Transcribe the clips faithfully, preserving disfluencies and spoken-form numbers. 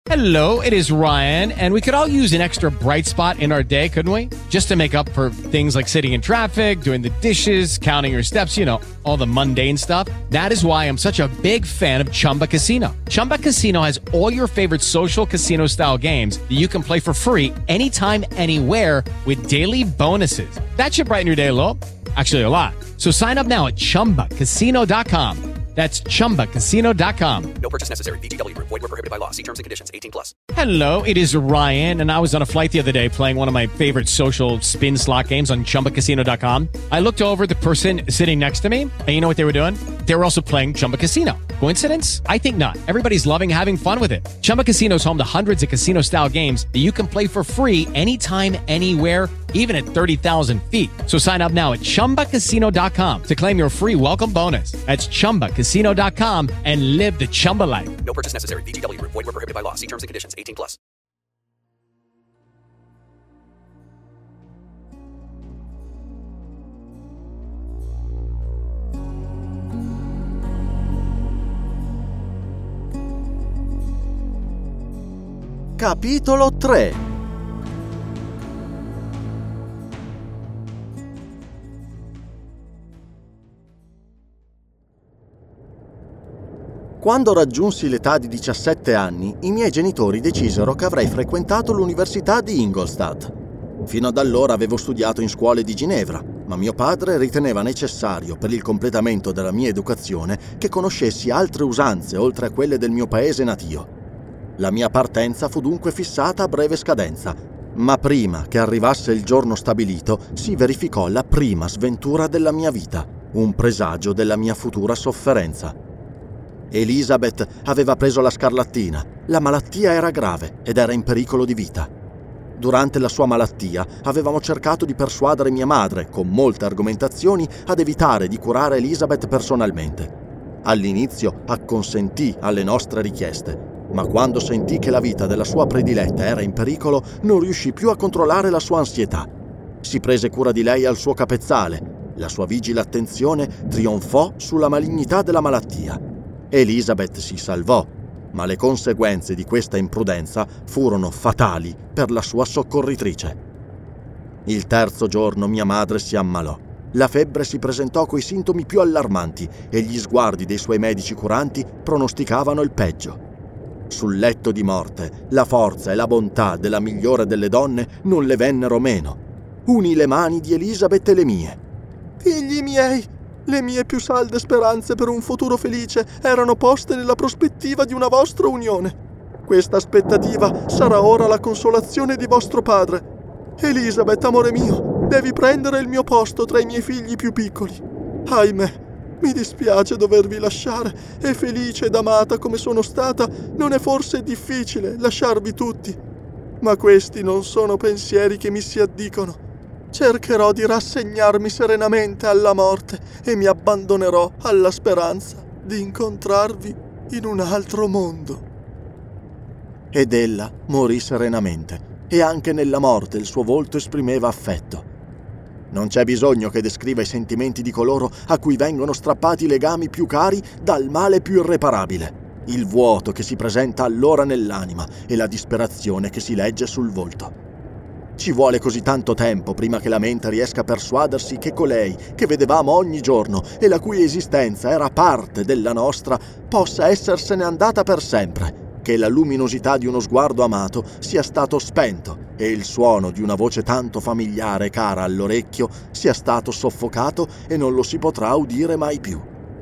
Hello, it is Ryan, and we could all use an extra bright spot in our day, couldn't we? Just to make up for things like sitting in traffic, doing the dishes, counting your steps, you know, all the mundane stuff. That is why I'm such a big fan of Chumba Casino. Chumba Casino has all your favorite social casino-style games that you can play for free anytime, anywhere with daily bonuses. That should brighten your day a little. Actually, a lot. So sign up now at chumba casino dot com. That's chumba casino dot com. No purchase necessary. V G W Group. Void where prohibited by law. See terms and conditions. eighteen plus. Hello, it is Ryan, and I was on a flight the other day playing one of my favorite social spin slot games on chumba casino dot com. I looked over at the person sitting next to me, and you know what they were doing? They were also playing Chumba Casino. Coincidence? I think not. Everybody's loving having fun with it. Chumba Casino is home to hundreds of casino-style games that you can play for free anytime, anywhere, even at thirty thousand feet. So sign up now at chumba casino dot com to claim your free welcome bonus. That's chumba casino dot com and live the Chumba life. No purchase necessary. V G W Group. Void where prohibited by law. See terms and conditions. eighteen plus. Capitolo tre. Quando raggiunsi l'età di diciassette anni, i miei genitori decisero che avrei frequentato l'università di Ingolstadt. Fino ad allora avevo studiato in scuole di Ginevra, ma mio padre riteneva necessario per il completamento della mia educazione che conoscessi altre usanze oltre a quelle del mio paese natio. La mia partenza fu dunque fissata a breve scadenza, ma prima che arrivasse il giorno stabilito si verificò la prima sventura della mia vita, un presagio della mia futura sofferenza. Elizabeth aveva preso la scarlattina, la malattia era grave ed era in pericolo di vita. Durante la sua malattia avevamo cercato di persuadere mia madre, con molte argomentazioni, ad evitare di curare Elizabeth personalmente. All'inizio acconsentì alle nostre richieste, ma quando sentì che la vita della sua prediletta era in pericolo, non riuscì più a controllare la sua ansietà. Si prese cura di lei al suo capezzale. La sua vigile attenzione trionfò sulla malignità della malattia. Elizabeth si salvò, ma le conseguenze di questa imprudenza furono fatali per la sua soccorritrice. Il terzo giorno mia madre si ammalò. La febbre si presentò coi sintomi più allarmanti e gli sguardi dei suoi medici curanti pronosticavano il peggio. Sul letto di morte, la forza e la bontà della migliore delle donne non le vennero meno. Unì le mani di Elizabeth e le mie. «Figli miei, le mie più salde speranze per un futuro felice erano poste nella prospettiva di una vostra unione. Questa aspettativa sarà ora la consolazione di vostro padre. Elizabeth, amore mio, devi prendere il mio posto tra i miei figli più piccoli. Ahimè, mi dispiace dovervi lasciare e felice ed amata come sono stata, non è forse difficile lasciarvi tutti. Ma questi non sono pensieri che mi si addicono. Cercherò di rassegnarmi serenamente alla morte e mi abbandonerò alla speranza di incontrarvi in un altro mondo». Ed ella morì serenamente, e anche nella morte il suo volto esprimeva affetto. Non c'è bisogno che descriva i sentimenti di coloro a cui vengono strappati i legami più cari dal male più irreparabile, il vuoto che si presenta allora nell'anima e la disperazione che si legge sul volto. Ci vuole così tanto tempo prima che la mente riesca a persuadersi che colei che vedevamo ogni giorno e la cui esistenza era parte della nostra possa essersene andata per sempre, che la luminosità di uno sguardo amato sia stato spento e il suono di una voce tanto familiare e cara all'orecchio sia stato soffocato e non lo si potrà udire mai più.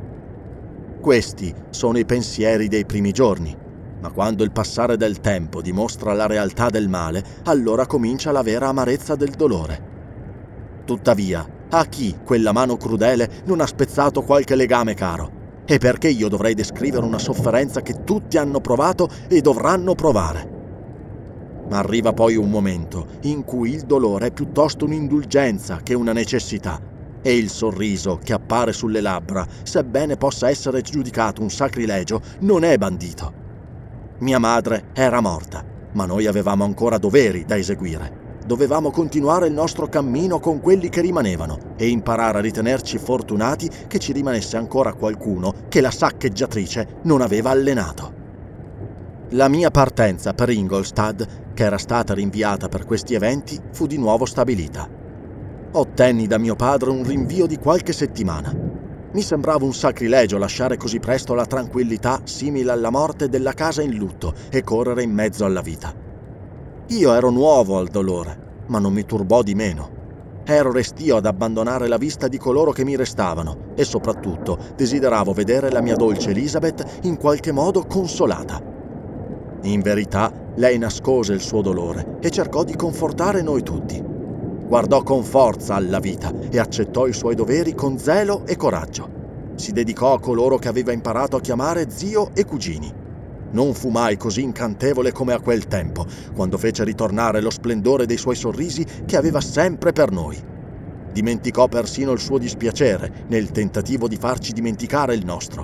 Questi sono i pensieri dei primi giorni, ma quando il passare del tempo dimostra la realtà del male, allora comincia la vera amarezza del dolore. Tuttavia, a chi quella mano crudele non ha spezzato qualche legame caro? E perché io dovrei descrivere una sofferenza che tutti hanno provato e dovranno provare? Ma arriva poi un momento in cui il dolore è piuttosto un'indulgenza che una necessità, e il sorriso che appare sulle labbra, sebbene possa essere giudicato un sacrilegio, non è bandito. Mia madre era morta, ma noi avevamo ancora doveri da eseguire. Dovevamo continuare il nostro cammino con quelli che rimanevano e imparare a ritenerci fortunati che ci rimanesse ancora qualcuno che la saccheggiatrice non aveva allenato. La mia partenza per Ingolstadt, che era stata rinviata per questi eventi, fu di nuovo stabilita. Ottenni da mio padre un rinvio di qualche settimana. Mi sembrava un sacrilegio lasciare così presto la tranquillità simile alla morte della casa in lutto e correre in mezzo alla vita. Io ero nuovo al dolore, ma non mi turbò di meno. Ero restio ad abbandonare la vista di coloro che mi restavano e soprattutto desideravo vedere la mia dolce Elizabeth in qualche modo consolata. In verità, lei nascose il suo dolore e cercò di confortare noi tutti. Guardò con forza alla vita e accettò i suoi doveri con zelo e coraggio. Si dedicò a coloro che aveva imparato a chiamare zio e cugini. Non fu mai così incantevole come a quel tempo, quando fece ritornare lo splendore dei suoi sorrisi che aveva sempre per noi. Dimenticò persino il suo dispiacere nel tentativo di farci dimenticare il nostro.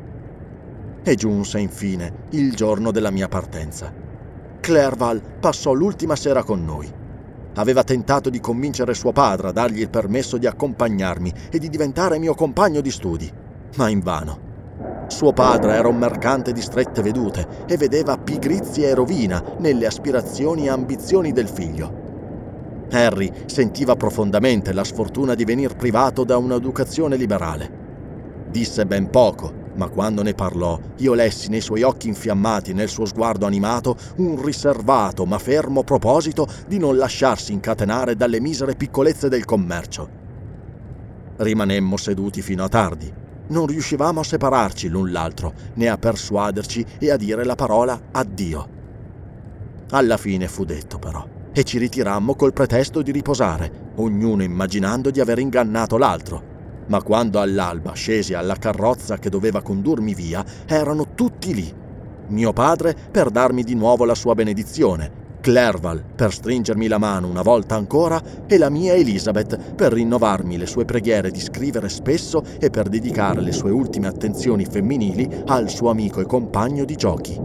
E giunse infine il giorno della mia partenza. Clerval passò l'ultima sera con noi. Aveva tentato di convincere suo padre a dargli il permesso di accompagnarmi e di diventare mio compagno di studi, ma invano. Suo padre era un mercante di strette vedute e vedeva pigrizia e rovina nelle aspirazioni e ambizioni del figlio. Harry sentiva profondamente la sfortuna di venir privato da un'educazione liberale. Disse ben poco, ma quando ne parlò, io lessi nei suoi occhi infiammati e nel suo sguardo animato un riservato ma fermo proposito di non lasciarsi incatenare dalle misere piccolezze del commercio. Rimanemmo seduti fino a tardi. Non riuscivamo a separarci l'un l'altro, né a persuaderci e a dire la parola addio. Alla fine fu detto però, e ci ritirammo col pretesto di riposare, ognuno immaginando di aver ingannato l'altro. Ma quando all'alba scesi alla carrozza che doveva condurmi via, erano tutti lì. Mio padre per darmi di nuovo la sua benedizione, Clerval per stringermi la mano una volta ancora e la mia Elizabeth per rinnovarmi le sue preghiere di scrivere spesso e per dedicare le sue ultime attenzioni femminili al suo amico e compagno di giochi.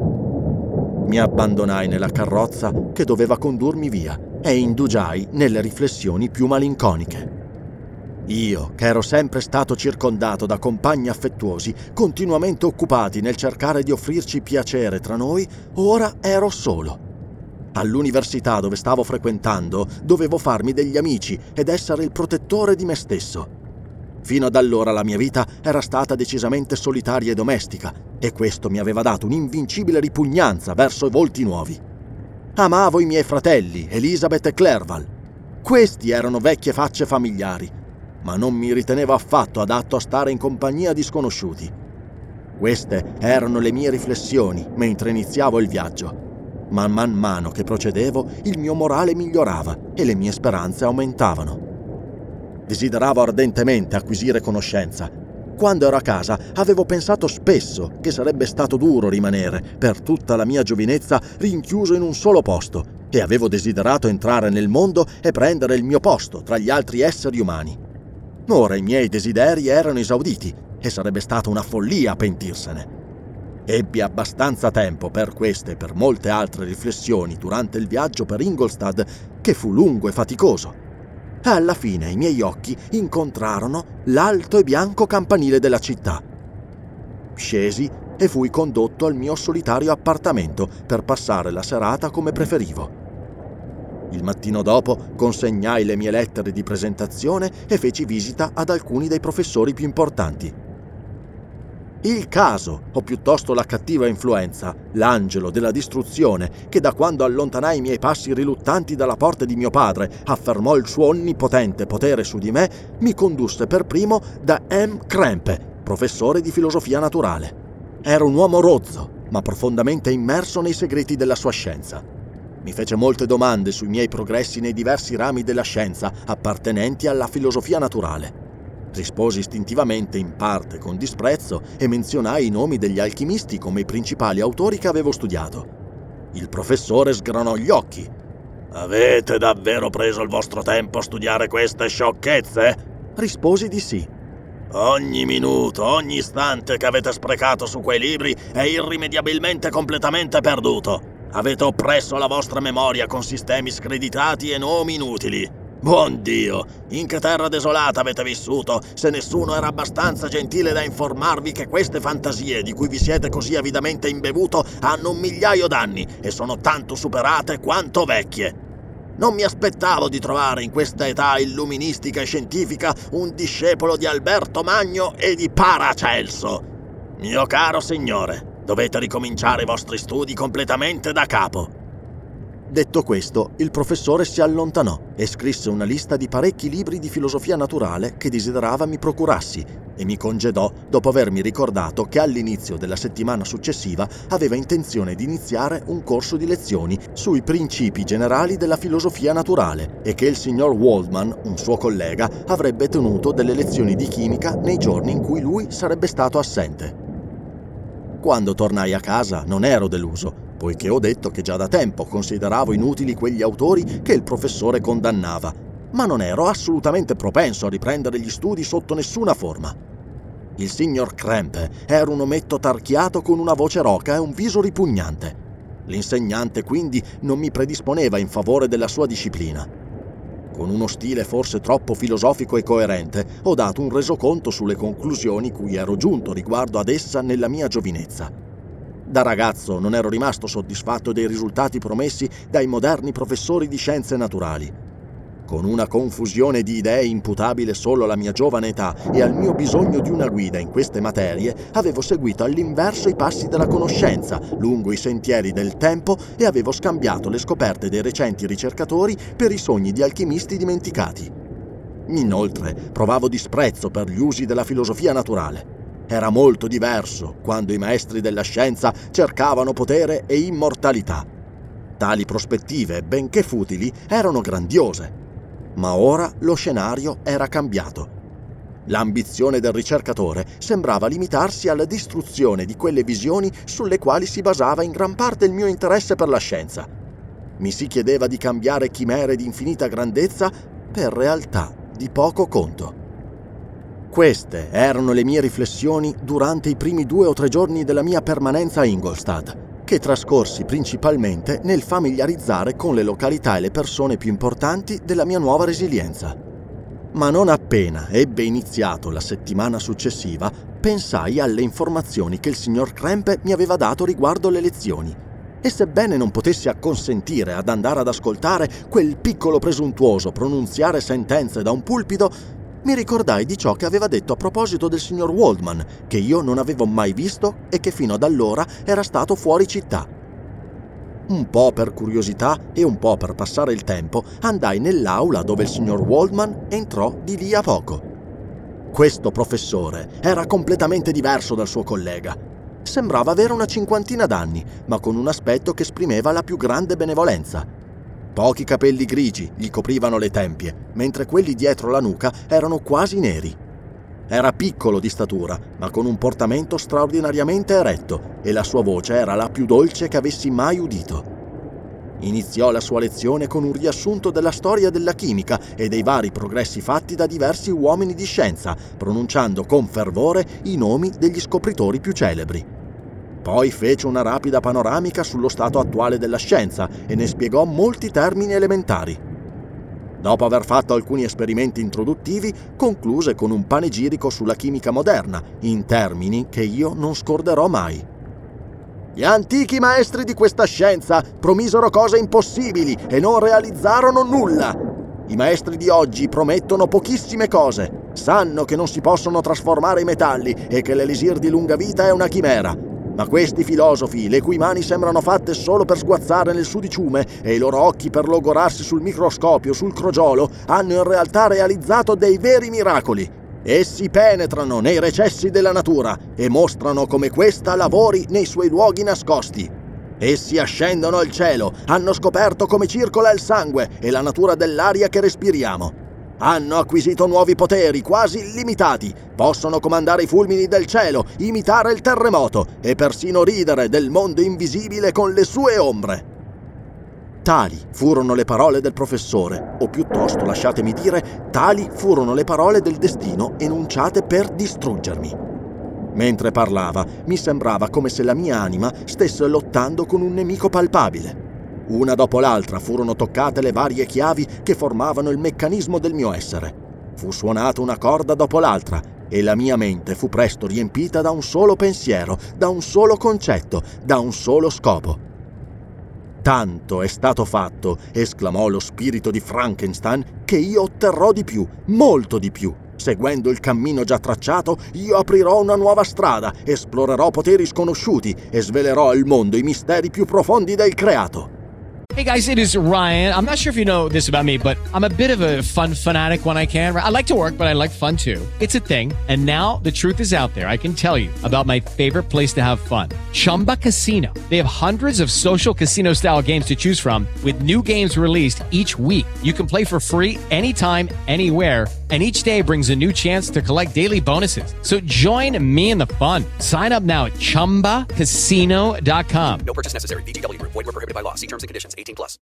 Mi abbandonai nella carrozza che doveva condurmi via e indugiai nelle riflessioni più malinconiche. Io, che ero sempre stato circondato da compagni affettuosi, continuamente occupati nel cercare di offrirci piacere tra noi, ora ero solo. All'università dove stavo frequentando dovevo farmi degli amici ed essere il protettore di me stesso. Fino ad allora la mia vita era stata decisamente solitaria e domestica e questo mi aveva dato un'invincibile ripugnanza verso i volti nuovi. Amavo i miei fratelli, Elizabeth e Clerval. Questi erano vecchie facce familiari, ma non mi ritenevo affatto adatto a stare in compagnia di sconosciuti. Queste erano le mie riflessioni mentre iniziavo il viaggio. Ma man mano che procedevo il mio morale migliorava e le mie speranze aumentavano. Desideravo ardentemente acquisire conoscenza. Quando ero a casa avevo pensato spesso che sarebbe stato duro rimanere per tutta la mia giovinezza rinchiuso in un solo posto e avevo desiderato entrare nel mondo e prendere il mio posto tra gli altri esseri umani. Ora i miei desideri erano esauditi e sarebbe stata una follia pentirsene. Ebbi abbastanza tempo per queste e per molte altre riflessioni durante il viaggio per Ingolstadt, che fu lungo e faticoso. Alla fine i miei occhi incontrarono l'alto e bianco campanile della città. Scesi e fui condotto al mio solitario appartamento per passare la serata come preferivo. Il mattino dopo consegnai le mie lettere di presentazione e feci visita ad alcuni dei professori più importanti. Il caso, o piuttosto la cattiva influenza, l'angelo della distruzione, che da quando allontanai i miei passi riluttanti dalla porta di mio padre affermò il suo onnipotente potere su di me, mi condusse per primo da M. Krempe, professore di filosofia naturale. Era un uomo rozzo, ma profondamente immerso nei segreti della sua scienza. Mi fece molte domande sui miei progressi nei diversi rami della scienza appartenenti alla filosofia naturale. Risposi istintivamente in parte con disprezzo e menzionai i nomi degli alchimisti come i principali autori che avevo studiato. Il professore sgranò gli occhi. «Avete davvero preso il vostro tempo a studiare queste sciocchezze?» Risposi di sì. «Ogni minuto, ogni istante che avete sprecato su quei libri è irrimediabilmente completamente perduto. Avete oppresso la vostra memoria con sistemi screditati e nomi inutili. Buon Dio, in che terra desolata avete vissuto, se nessuno era abbastanza gentile da informarvi che queste fantasie di cui vi siete così avidamente imbevuto hanno un migliaio d'anni e sono tanto superate quanto vecchie. Non mi aspettavo di trovare in questa età illuministica e scientifica un discepolo di Alberto Magno e di Paracelso. Mio caro signore, dovete ricominciare i vostri studi completamente da capo. Detto questo, il professore si allontanò e scrisse una lista di parecchi libri di filosofia naturale che desiderava mi procurassi e mi congedò dopo avermi ricordato che all'inizio della settimana successiva aveva intenzione di iniziare un corso di lezioni sui principi generali della filosofia naturale e che il signor Waldman, un suo collega, avrebbe tenuto delle lezioni di chimica nei giorni in cui lui sarebbe stato assente. Quando tornai a casa non ero deluso, poiché ho detto che già da tempo consideravo inutili quegli autori che il professore condannava, ma non ero assolutamente propenso a riprendere gli studi sotto nessuna forma. Il signor Krempe era un ometto tarchiato con una voce roca e un viso ripugnante. L'insegnante quindi non mi predisponeva in favore della sua disciplina. Con uno stile forse troppo filosofico e coerente, ho dato un resoconto sulle conclusioni cui ero giunto riguardo ad essa nella mia giovinezza. Da ragazzo non ero rimasto soddisfatto dei risultati promessi dai moderni professori di scienze naturali. Con una confusione di idee imputabile solo alla mia giovane età e al mio bisogno di una guida in queste materie, avevo seguito all'inverso i passi della conoscenza, lungo i sentieri del tempo, e avevo scambiato le scoperte dei recenti ricercatori per i sogni di alchimisti dimenticati. Inoltre, provavo disprezzo per gli usi della filosofia naturale. Era molto diverso quando i maestri della scienza cercavano potere e immortalità. Tali prospettive, benché futili, erano grandiose. Ma ora lo scenario era cambiato. L'ambizione del ricercatore sembrava limitarsi alla distruzione di quelle visioni sulle quali si basava in gran parte il mio interesse per la scienza. Mi si chiedeva di cambiare chimere di infinita grandezza per realtà di poco conto. Queste erano le mie riflessioni durante i primi due o tre giorni della mia permanenza a Ingolstadt, che trascorsi principalmente nel familiarizzare con le località e le persone più importanti della mia nuova resilienza. Ma non appena ebbe iniziato la settimana successiva, pensai alle informazioni che il signor Krempe mi aveva dato riguardo le lezioni. E sebbene non potessi acconsentire ad andare ad ascoltare quel piccolo presuntuoso pronunziare sentenze da un pulpito, mi ricordai di ciò che aveva detto a proposito del signor Waldman, che io non avevo mai visto e che fino ad allora era stato fuori città. Un po' per curiosità e un po' per passare il tempo, andai nell'aula dove il signor Waldman entrò di lì a poco. Questo professore era completamente diverso dal suo collega. Sembrava avere una cinquantina d'anni, ma con un aspetto che esprimeva la più grande benevolenza. Pochi capelli grigi gli coprivano le tempie, mentre quelli dietro la nuca erano quasi neri. Era piccolo di statura, ma con un portamento straordinariamente eretto, e la sua voce era la più dolce che avessi mai udito. Iniziò la sua lezione con un riassunto della storia della chimica e dei vari progressi fatti da diversi uomini di scienza, pronunciando con fervore i nomi degli scopritori più celebri. Poi fece una rapida panoramica sullo stato attuale della scienza e ne spiegò molti termini elementari. Dopo aver fatto alcuni esperimenti introduttivi, concluse con un panegirico sulla chimica moderna, in termini che io non scorderò mai. Gli antichi maestri di questa scienza promisero cose impossibili e non realizzarono nulla. I maestri di oggi promettono pochissime cose, sanno che non si possono trasformare i metalli e che l'elisir di lunga vita è una chimera. Ma questi filosofi, le cui mani sembrano fatte solo per sguazzare nel sudiciume e i loro occhi per logorarsi sul microscopio, sul crogiolo, hanno in realtà realizzato dei veri miracoli. Essi penetrano nei recessi della natura e mostrano come questa lavori nei suoi luoghi nascosti. Essi ascendono al cielo, hanno scoperto come circola il sangue e la natura dell'aria che respiriamo. Hanno acquisito nuovi poteri quasi illimitati, possono comandare i fulmini del cielo, imitare il terremoto e persino ridere del mondo invisibile con le sue ombre. Tali furono le parole del professore, o piuttosto, lasciatemi dire, tali furono le parole del destino enunciate per distruggermi. Mentre parlava, mi sembrava come se la mia anima stesse lottando con un nemico palpabile. Una dopo l'altra furono toccate le varie chiavi che formavano il meccanismo del mio essere. Fu suonata una corda dopo l'altra e la mia mente fu presto riempita da un solo pensiero, da un solo concetto, da un solo scopo. Tanto è stato fatto, esclamò lo spirito di Frankenstein, che io otterrò di più, molto di più. Seguendo il cammino già tracciato, io aprirò una nuova strada, esplorerò poteri sconosciuti e svelerò al mondo i misteri più profondi del creato. Hey guys, it is Ryan. I'm not sure if you know this about me, but I'm a bit of a fun fanatic when I can. I like to work, but I like fun too. It's a thing. And now the truth is out there. I can tell you about my favorite place to have fun. Chumba Casino. They have hundreds of social casino style games to choose from with new games released each week. You can play for free anytime, anywhere. And each day brings a new chance to collect daily bonuses. So join me in the fun. Sign up now at chumba casino dot com. No purchase necessary. V G W Group. Void where prohibited by law. See terms and conditions. eighteen plus.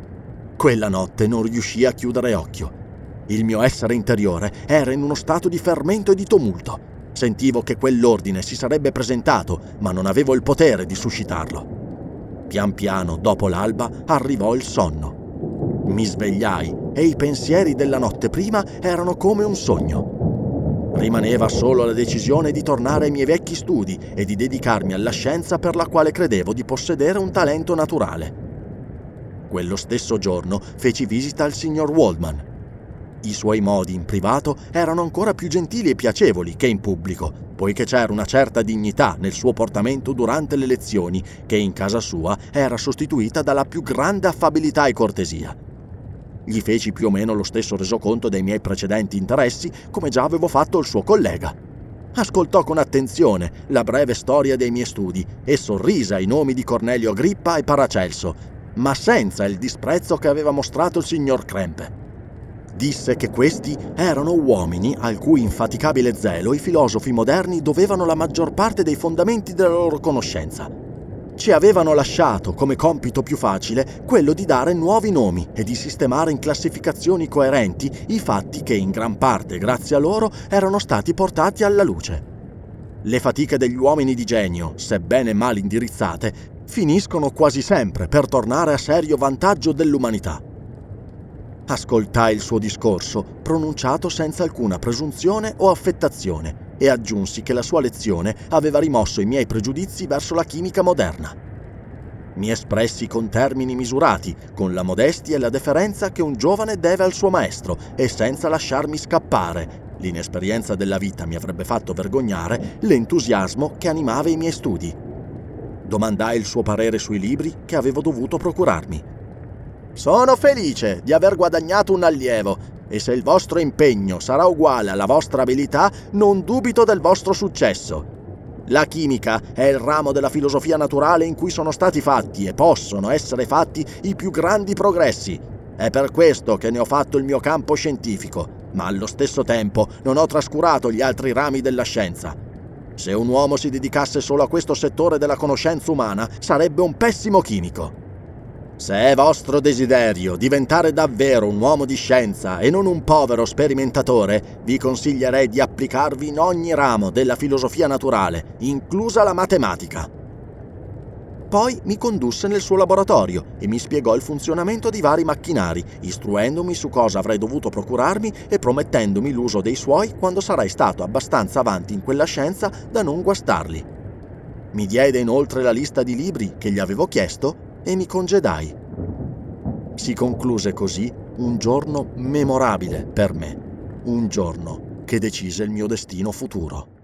Quella notte non riuscii a chiudere occhio. Il mio essere interiore era in uno stato di fermento e di tumulto. Sentivo che quell'ordine si sarebbe presentato, ma non avevo il potere di suscitarlo. Pian piano, dopo l'alba, arrivò il sonno. Mi svegliai e i pensieri della notte prima erano come un sogno. Rimaneva solo la decisione di tornare ai miei vecchi studi e di dedicarmi alla scienza per la quale credevo di possedere un talento naturale. Quello stesso giorno feci visita al signor Waldman. I suoi modi in privato erano ancora più gentili e piacevoli che in pubblico, poiché c'era una certa dignità nel suo portamento durante le lezioni che in casa sua era sostituita dalla più grande affabilità e cortesia. Gli feci più o meno lo stesso resoconto dei miei precedenti interessi, come già avevo fatto il suo collega. Ascoltò con attenzione la breve storia dei miei studi e sorrise ai nomi di Cornelio Agrippa e Paracelso, ma senza il disprezzo che aveva mostrato il signor Krempe. Disse che questi erano uomini al cui infaticabile zelo i filosofi moderni dovevano la maggior parte dei fondamenti della loro conoscenza. Ci avevano lasciato come compito più facile quello di dare nuovi nomi e di sistemare in classificazioni coerenti i fatti che in gran parte, grazie a loro, erano stati portati alla luce. Le fatiche degli uomini di genio, sebbene mal indirizzate, finiscono quasi sempre per tornare a serio vantaggio dell'umanità. Ascoltai il suo discorso, pronunciato senza alcuna presunzione o affettazione, e aggiunsi che la sua lezione aveva rimosso i miei pregiudizi verso la chimica moderna. Mi espressi con termini misurati, con la modestia e la deferenza che un giovane deve al suo maestro, e senza lasciarmi scappare, l'inesperienza della vita mi avrebbe fatto vergognare, l'entusiasmo che animava i miei studi. Domandai il suo parere sui libri che avevo dovuto procurarmi. «Sono felice di aver guadagnato un allievo, e se il vostro impegno sarà uguale alla vostra abilità, non dubito del vostro successo. La chimica è il ramo della filosofia naturale in cui sono stati fatti e possono essere fatti i più grandi progressi. È per questo che ne ho fatto il mio campo scientifico, ma allo stesso tempo non ho trascurato gli altri rami della scienza. Se un uomo si dedicasse solo a questo settore della conoscenza umana, sarebbe un pessimo chimico. Se è vostro desiderio diventare davvero un uomo di scienza e non un povero sperimentatore, vi consiglierei di applicarvi in ogni ramo della filosofia naturale, inclusa la matematica». Poi mi condusse nel suo laboratorio e mi spiegò il funzionamento di vari macchinari, istruendomi su cosa avrei dovuto procurarmi e promettendomi l'uso dei suoi quando sarei stato abbastanza avanti in quella scienza da non guastarli. Mi diede inoltre la lista di libri che gli avevo chiesto e mi congedai. Si concluse così un giorno memorabile per me, un giorno che decise il mio destino futuro.